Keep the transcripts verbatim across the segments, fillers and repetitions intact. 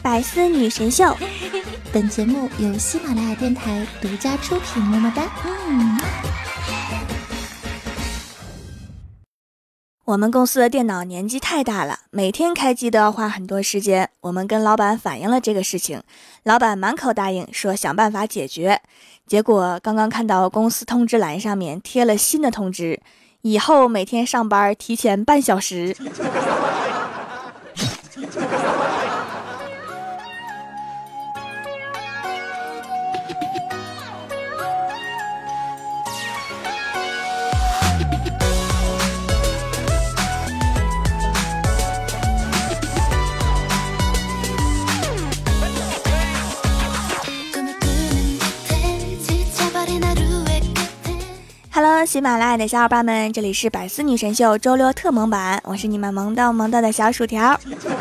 百思女神秀， 本节目由喜马拉雅电台独家出品，么么哒。嗯。 我们公司的电脑年纪太大了，每天开机都要花很多时间。我们跟老板反映了这个事情，老板满口答应说想办法解决。结果刚刚看到公司通知栏上面贴了新的通知，以后每天上班提前半小时。Hello， 喜马拉雅的小伙伴们，这里是百思女神秀周六特萌版，我是你们萌到萌到的小薯条。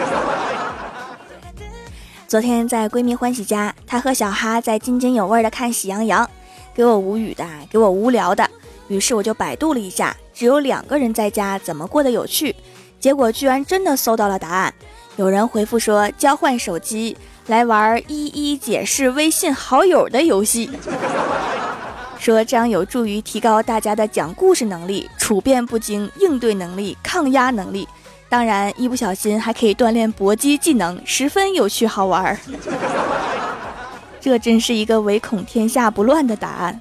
昨天在闺蜜欢喜家，她和小哈在津津有味的看喜羊羊，给我无语的，给我无聊的，于是我就百度了一下，只有两个人在家怎么过得有趣，结果居然真的搜到了答案。有人回复说交换手机来玩一一解释微信好友的游戏，说这样有助于提高大家的讲故事能力、处变不惊、应对能力、抗压能力，当然一不小心还可以锻炼搏击技能，十分有趣好玩。这真是一个唯恐天下不乱的答案。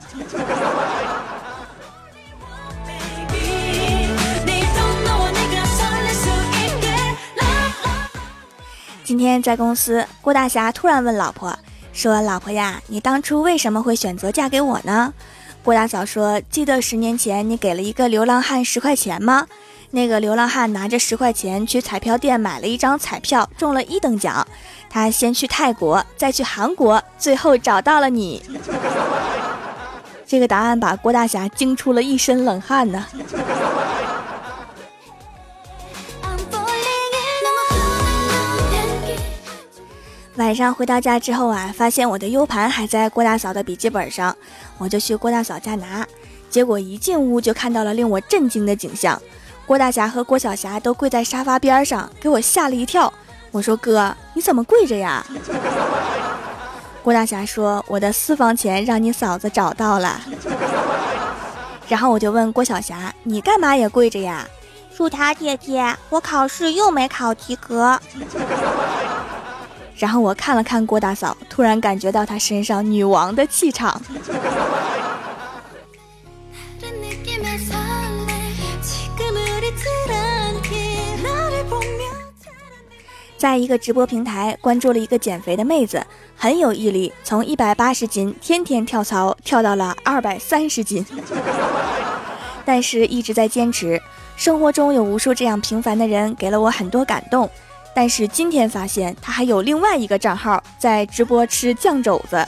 今天在公司，郭大侠突然问老婆说，老婆呀，你当初为什么会选择嫁给我呢？郭大嫂说，记得十年前你给了一个流浪汉十块钱吗？那个流浪汉拿着十块钱去彩票店买了一张彩票，中了一等奖。他先去泰国，再去韩国，最后找到了你。这个答案把郭大侠惊出了一身冷汗呢。晚上回到家之后啊，发现我的 U 盘还在郭大嫂的笔记本上，我就去郭大嫂家拿，结果一进屋就看到了令我震惊的景象，郭大侠和郭小霞都跪在沙发边上，给我吓了一跳。我说，哥，你怎么跪着呀？郭大侠说，我的私房钱让你嫂子找到了。然后我就问郭小霞，你干嘛也跪着呀？薯条姐姐，我考试又没考及格。然后我看了看郭大嫂，突然感觉到她身上女王的气场。在一个直播平台关注了一个减肥的妹子，很有毅力，从一百八十斤天天跳槽跳到了二百三十斤，但是一直在坚持。生活中有无数这样平凡的人，给了我很多感动。但是今天发现他还有另外一个账号在直播吃酱肘子。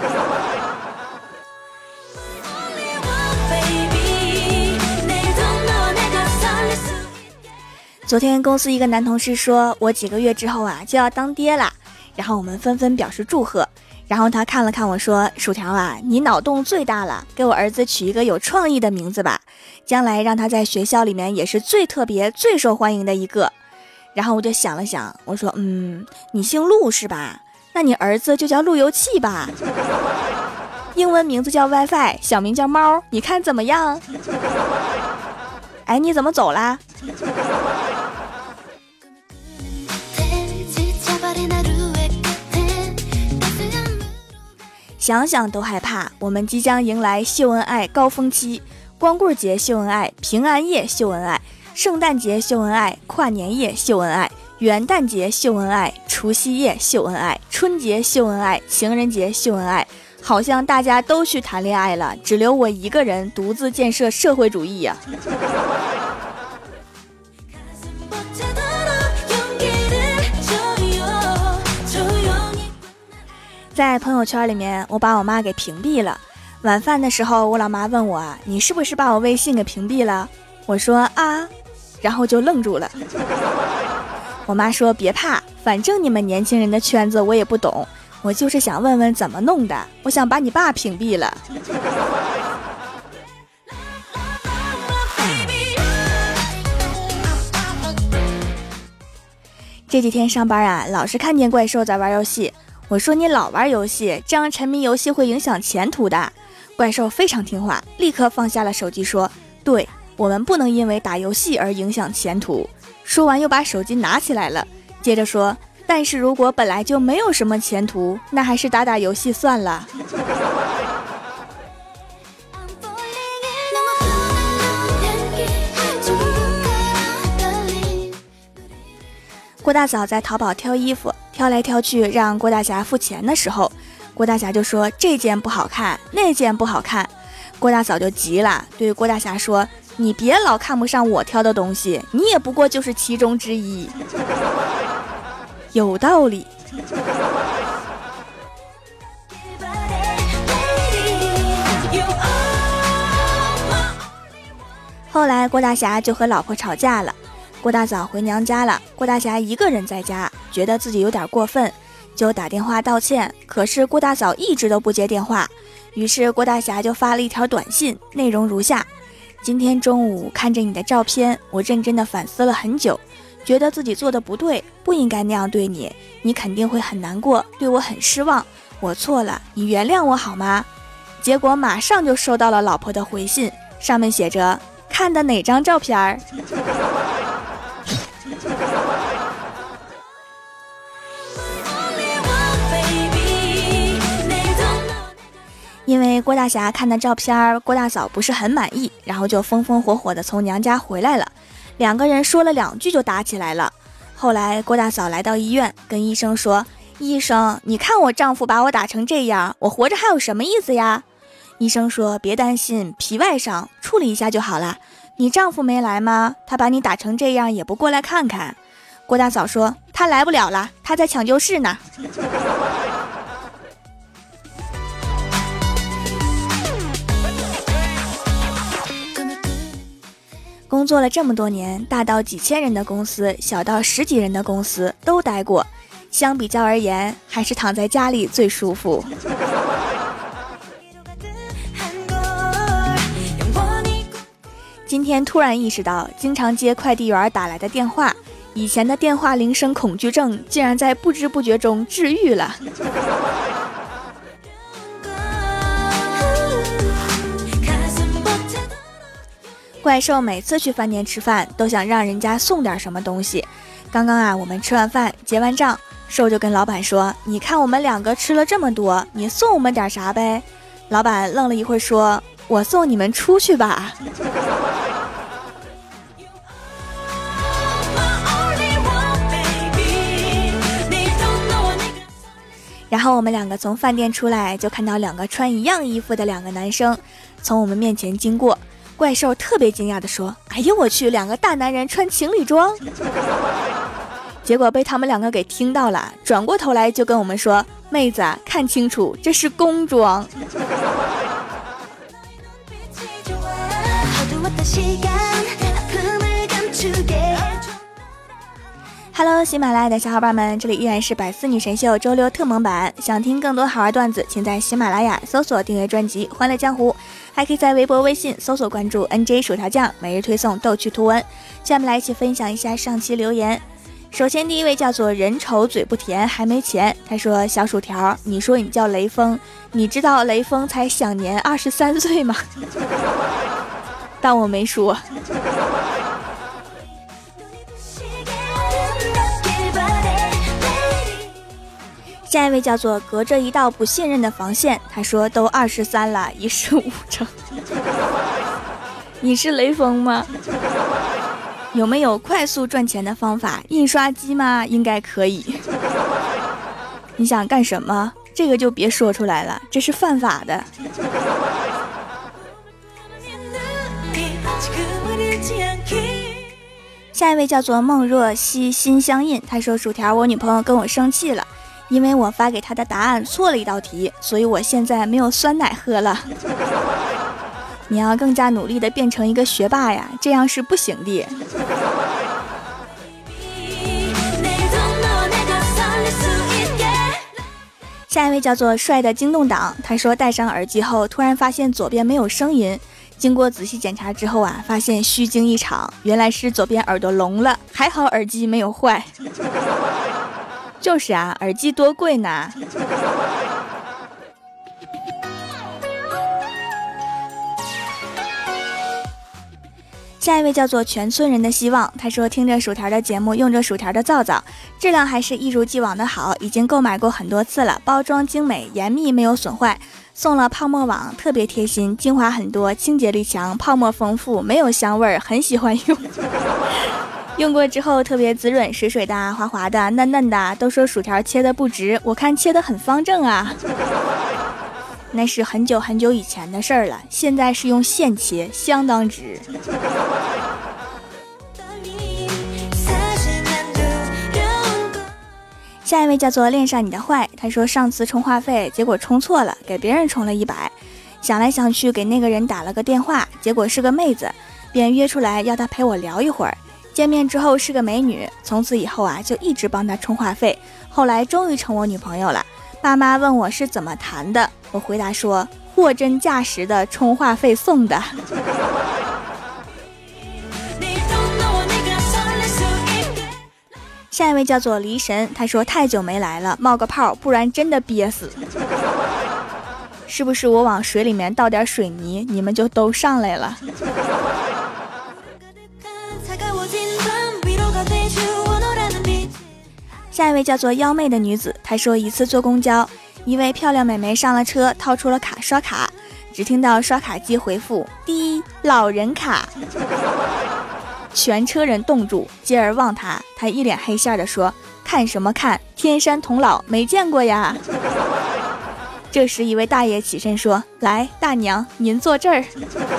昨天公司一个男同事说，我几个月之后啊就要当爹啦，然后我们纷纷表示祝贺。然后他看了看我说，薯条啊，你脑洞最大了，给我儿子取一个有创意的名字吧，将来让他在学校里面也是最特别最受欢迎的一个。然后我就想了想，我说，嗯，你姓陆是吧？那你儿子就叫路由器吧。英文名字叫 WiFi， 小名叫猫，你看怎么样？哎，你怎么走啦？想想都害怕，我们即将迎来秀恩爱高峰期，光棍节秀恩爱，平安夜秀恩爱，圣诞节秀恩爱，跨年夜秀恩爱，元旦节秀恩爱，除夕夜秀恩爱，春节秀恩爱，情人节秀恩爱，好像大家都去谈恋爱了，只留我一个人独自建设社会主义呀、啊。在朋友圈里面，我把我妈给屏蔽了。晚饭的时候，我老妈问我，你是不是把我微信给屏蔽了？我说啊，然后就愣住了。我妈说别怕，反正你们年轻人的圈子我也不懂，我就是想问问怎么弄的，我想把你爸屏蔽了。 这几天上班啊，老是看见怪兽在玩游戏。我说你老玩游戏，这样沉迷游戏会影响前途的。怪兽非常听话，立刻放下了手机说，对，我们不能因为打游戏而影响前途。说完又把手机拿起来了，接着说，但是如果本来就没有什么前途，那还是打打游戏算了。郭大嫂在淘宝挑衣服，挑来挑去让郭大侠付钱的时候，郭大侠就说这件不好看，那件不好看。郭大嫂就急了，对郭大侠说，你别老看不上我挑的东西，你也不过就是其中之一。有道理。后来郭大侠就和老婆吵架了，郭大嫂回娘家了，郭大侠一个人在家，觉得自己有点过分，就打电话道歉，可是郭大嫂一直都不接电话，于是郭大侠就发了一条短信，内容如下：今天中午看着你的照片，我认真的反思了很久，觉得自己做的不对，不应该那样对你，你肯定会很难过，对我很失望，我错了，你原谅我好吗？结果马上就收到了老婆的回信，上面写着，看的哪张照片儿？因为郭大侠看的照片，郭大嫂不是很满意，然后就风风火火的从娘家回来了，两个人说了两句就打起来了。后来郭大嫂来到医院，跟医生说，医生，你看我丈夫把我打成这样，我活着还有什么意思呀？医生说，别担心，皮外伤，处理一下就好了。你丈夫没来吗？他把你打成这样也不过来看看。郭大嫂说，他来不了了，他在抢救室呢。工作了这么多年，大到几千人的公司，小到十几人的公司都待过，相比较而言，还是躺在家里最舒服。今天突然意识到，经常接快递员打来的电话，以前的电话铃声恐惧症竟然在不知不觉中治愈了。怪兽每次去饭店吃饭都想让人家送点什么东西。刚刚啊，我们吃完饭结完账，兽就跟老板说，你看我们两个吃了这么多，你送我们点啥呗？老板愣了一会儿说，我送你们出去吧。然后我们两个从饭店出来，就看到两个穿一样衣服的两个男生从我们面前经过。怪兽特别惊讶地说，哎呦我去，两个大男人穿情侣装。结果被他们两个给听到了，转过头来就跟我们说，妹子看清楚，这是工装。Hello， 喜马拉雅的小伙伴们，这里依然是百思女神秀周六特蒙版。想听更多好玩段子，请在喜马拉雅搜索订阅专辑《欢乐江湖》，还可以在微博、微信搜索关注 N J 薯条酱，每日推送逗趣图文。下面来一起分享一下上期留言。首先第一位叫做人丑嘴不甜还没钱，他说，小薯条，你说你叫雷锋，你知道雷锋才享年二十三岁吗？当我没说。下一位叫做隔着一道不信任的防线，他说，都二十三了，一事无成。你是雷锋吗？有没有快速赚钱的方法？印刷机吗？应该可以。你想干什么？这个就别说出来了，这是犯法的。下一位叫做梦若曦心相印，他说，薯条，我女朋友跟我生气了，因为我发给她的答案错了一道题，所以我现在没有酸奶喝了。你要更加努力的变成一个学霸呀，这样是不行的。下一位叫做帅的惊动党，他说戴上耳机后突然发现左边没有声音， 经过仔细检查之后啊，发现虚惊一场，原来是左边耳朵聋了，还好耳机没有坏。就是啊，耳机多贵呢。下一位叫做全村人的希望，他说听着薯条的节目，用着薯条的皂皂，质量还是一如既往的好，已经购买过很多次了，包装精美，严密没有损坏，送了泡沫网，特别贴心，精华很多，清洁力强，泡沫丰富，没有香味儿，很喜欢用。用过之后特别滋润，水水的，滑滑的，嫩嫩的，都说薯条切的不直，我看切的很方正啊。那是很久很久以前的事儿了，现在是用线切，相当直。下一位叫做恋上你的坏，他说上次充话费，结果充错了，给别人充了一百，想来想去给那个人打了个电话，结果是个妹子，便约出来要他陪我聊一会儿。见面之后是个美女，从此以后啊就一直帮她充话费，后来终于成我女朋友了。爸妈问我是怎么谈的，我回答说货真价实的充话费送的。下一位叫做离神，他说太久没来了，冒个泡，不然真的憋死。是不是我往水里面倒点水泥，你们就都上来了？下一位叫做妖媚的女子，她说一次坐公交，一位漂亮美眉上了车，掏出了卡刷卡，只听到刷卡机回复滴老人卡，全车人冻住，继而望她，她一脸黑线的说看什么看，天山童姥没见过呀。这时一位大爷起身说来大娘您坐这儿。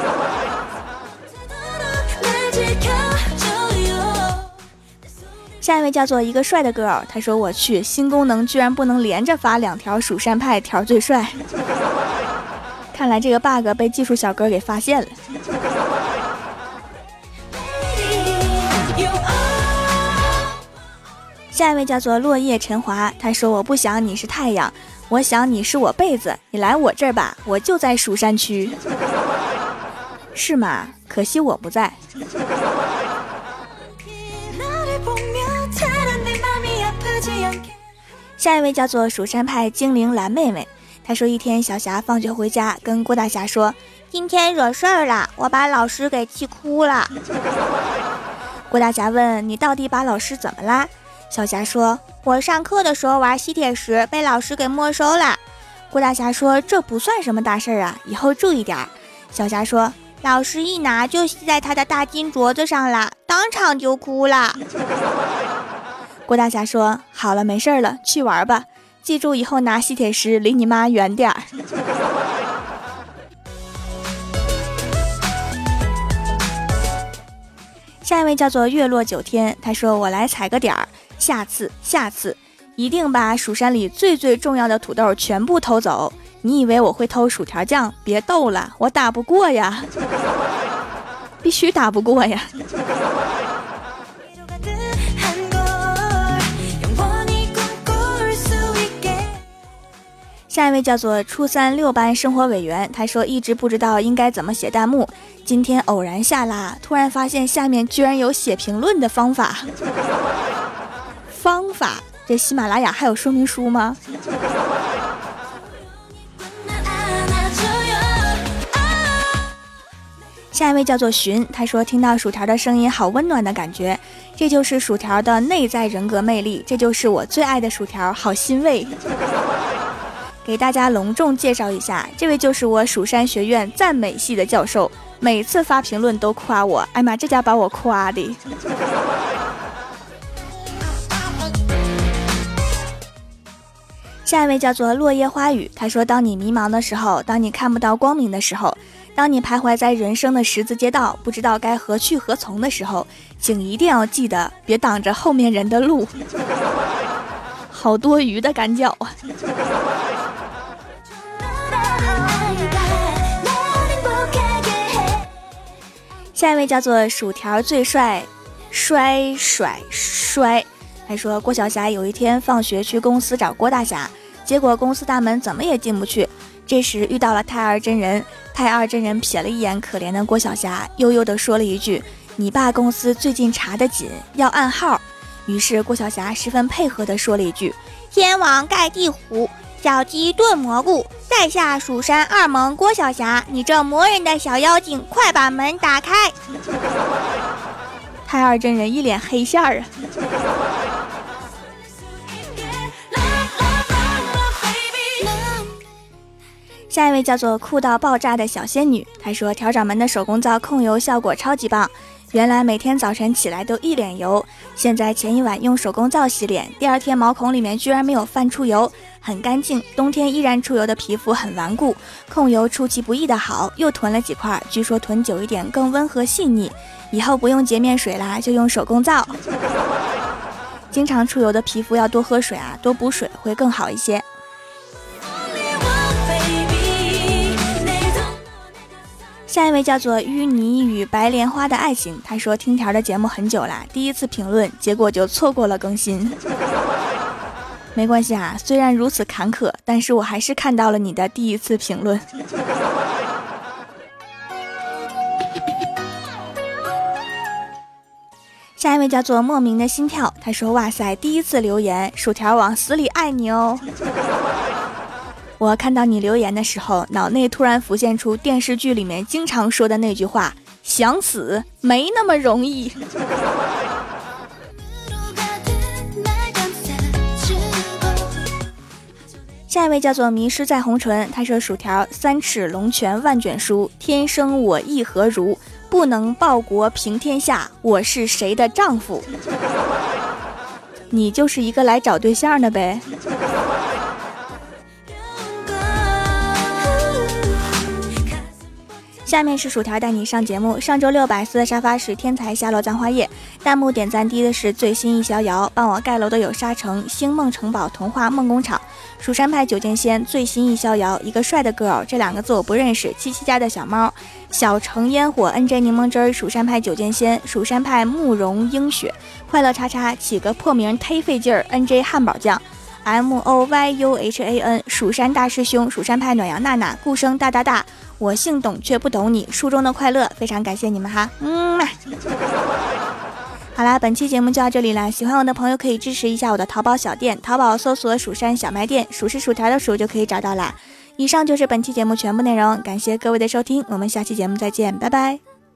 下一位叫做一个帅的 girl， 他说我去，新功能居然不能连着发两条蜀山派条最帅。看来这个 bug 被技术小哥给发现了。下一位叫做落叶陈华，他说我不想你是太阳，我想你是我被子，你来我这儿吧，我就在蜀山区。是吗？可惜我不在。下一位叫做蜀山派精灵蓝妹妹，她说一天小霞放学回家跟郭大侠说今天惹事儿了，我把老师给气哭了。郭大侠问你到底把老师怎么啦？小霞说我上课的时候玩吸铁石被老师给没收了。郭大侠说这不算什么大事啊，以后注意点。小霞说老师一拿就吸在他的大金镯子上了，当场就哭了。郭大侠说好了没事了，去玩吧，记住以后拿吸铁石离你妈远点儿。下一位叫做月落九天，他说我来踩个点儿，下次下次一定把蜀山里最最重要的土豆全部偷走。你以为我会偷薯条酱？别逗了，我打不过呀。必须打不过呀。下一位叫做初三六班生活委员，他说一直不知道应该怎么写弹幕，今天偶然下拉，突然发现下面居然有写评论的方法。方法？这喜马拉雅还有说明书吗？下一位叫做寻，他说听到薯条的声音好温暖的感觉，这就是薯条的内在人格魅力，这就是我最爱的薯条，好欣慰。给大家隆重介绍一下，这位就是我蜀山学院赞美系的教授，每次发评论都夸我，哎妈，这家把我夸的。下一位叫做落叶花语，他说当你迷茫的时候，当你看不到光明的时候，当你徘徊在人生的十字街道，不知道该何去何从的时候，请一定要记得别挡着后面人的路。好多余的感脚啊。下一位叫做薯条最帅摔甩摔，他说郭晓霞有一天放学去公司找郭大侠，结果公司大门怎么也进不去， 这时遇到了太二真人，太二真人瞥了一眼可怜的郭晓霞，悠悠地说了一句：你爸公司最近查得紧，要暗号。于是郭晓霞十分配合地说了一句：天王盖地虎，小鸡炖蘑菇，在下蜀山二萌郭晓霞，你这磨人的小妖精，快把门打开。太二真人一脸黑线儿啊。下一位叫做酷到爆炸的小仙女，她说调掌门的手工皂控油效果超级棒，原来每天早晨起来都一脸油，现在前一晚用手工皂洗脸，第二天毛孔里面居然没有泛出油，很干净，冬天依然出油的皮肤很顽固，控油出其不意的好，又囤了几块，据说囤久一点更温和细腻，以后不用洁面水啦，就用手工皂。经常出油的皮肤要多喝水啊，多补水会更好一些。下一位叫做淤泥与白莲花的爱情，他说听条的节目很久啦，第一次评论，结果就错过了更新。没关系啊，虽然如此坎坷，但是我还是看到了你的第一次评论。下一位叫做莫名的心跳，他说哇塞，第一次留言，薯条往死里爱你哦。我看到你留言的时候，脑内突然浮现出电视剧里面经常说的那句话：想死没那么容易。下一位叫做迷失在红唇，他说薯条三尺龙泉万卷书，天生我亦何如，不能报国平天下，我是谁的丈夫？你就是一个来找对象的呗。下面是薯条带你上节目。上周六百四的沙发是天才下落葬花叶，弹幕点赞低的是最新一逍遥，帮我盖楼的有沙城、星梦城堡、童话梦工厂、蜀山派九剑仙、最新一逍遥、一个帅的 girl， 这两个字我不认识，七七家的小猫、小城烟火、N J 柠檬汁儿、蜀山派九剑仙、蜀山派慕容英雪、快乐叉叉，起个破名忒费劲儿 N J 汉堡酱、M O Y U H A N， 蜀山大师兄、蜀山派暖阳娜娜、顾生大大大，我姓董却不懂你，书中的快乐，非常感谢你们哈，嗯。好啦，本期节目就到这里啦，喜欢我的朋友可以支持一下我的淘宝小店，淘宝搜索蜀山小卖店，蜀是薯条的蜀就可以找到啦。以上就是本期节目全部内容，感谢各位的收听，我们下期节目再见，拜拜。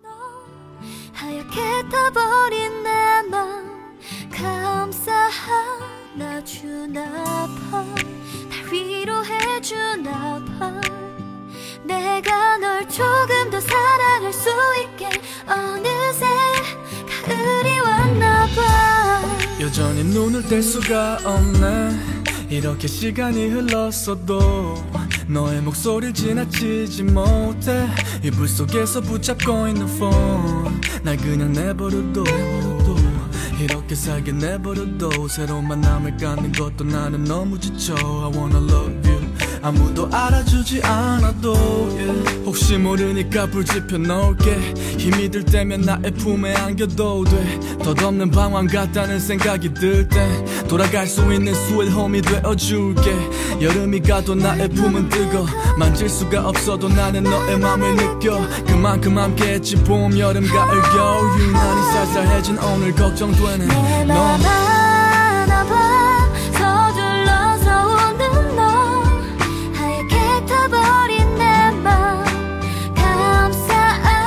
여전히 눈을 뗄 수가 없네 이렇게 시간이 흘렀어도 너의 목소리를 지나치지 못해 이불 속에서 붙잡고 있는 폰 날 그냥 내버려둬 이렇게 살게 내버려둬 새로운 만남을 갖는 것도 나는 너무 지쳐 I wanna love you 아무도 알아주지 않아도 yeah. 혹시 모르니까 불 지펴놓을게 힘이 들 때면 나의 품에 안겨도 돼 덧없는 방황 같다는 생각이 들 땐 돌아갈 수 있는 스윗 홈이 되어줄게 여름이 가도 나의 품은 뜨거 만질 수가 없어도 나는 너의 맘을 느껴 그만큼 함께했지 봄 여름 가을 겨울 유난히 쌀쌀해진 오늘 걱정되네 내 맘 하나봐 서둘러서 우는 너 하얗게 타버린 내 맘 감싸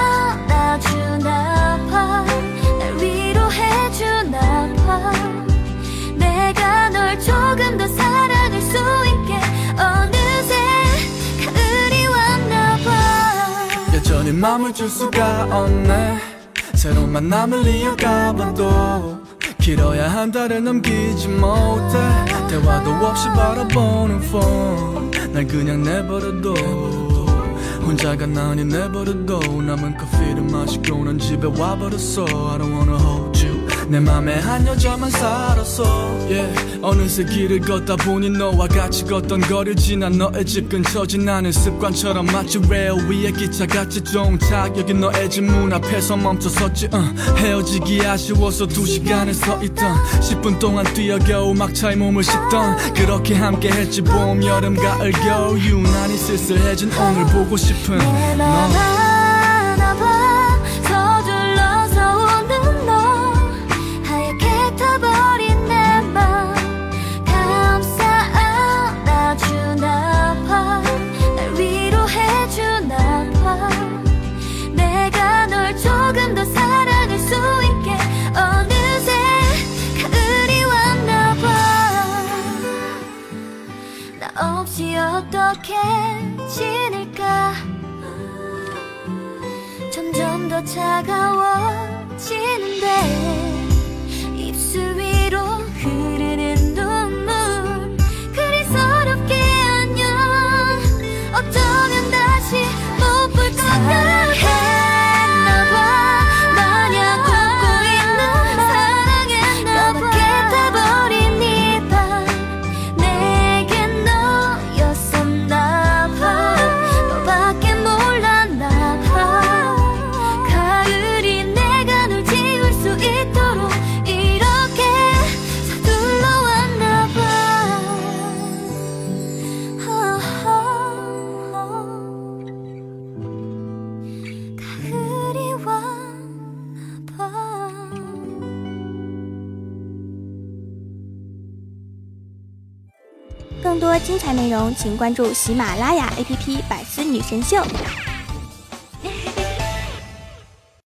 안아주나 봐 날 위로해주나 봐 내가 널 조금 더 사랑할 수 있게 어느새 가을이 왔나 봐 여전히 맘을 줄 수가 없네 새로운 만남을 이어가봐도 길어야 한 달을 넘기지 못해 대화도 없이 바라보는 폰 날 그냥 내버려둬 혼자가 나니 내버려둬 남은 커피를 마시고 난 집에 와버렸어 I don't wanna hold you 내 맘에 한 여자만 살았어 yeah. 어느새 길을 걷다 보니 너와 같이 걷던 거리를 지나 너의 집 근처 지나는 습관처럼 마치 레일 위에 기차같이 종착 여기 너의 집 문 앞에서 멈춰섰지 uh. 헤어지기 아쉬워서 두 시간을 서있던 십 분 동안 뛰어 겨우 막차에 몸을 싣던 그렇게 함께 했지 봄 여름 가을 겨울 유난히 쓸쓸해진 오늘 보고 싶은 너 없이 어떻게 지낼까 점점 더 차가워지는데 입술 위로 흐르는 눈물 그리 서럽게 안녕 어쩌면 다시 못 볼 것 같았나봐 마냥 웃고 있는 사랑했나봐 그렇게 타버린 이 밤 내겐 너였었나봐 너밖에 몰랐나봐 가을이 내가 널 지울 수 있도록 이렇게 서둘러 왔나봐 가을이 왔나봐 更多精彩内容，请关注喜马拉雅 A P P《百思女神秀》。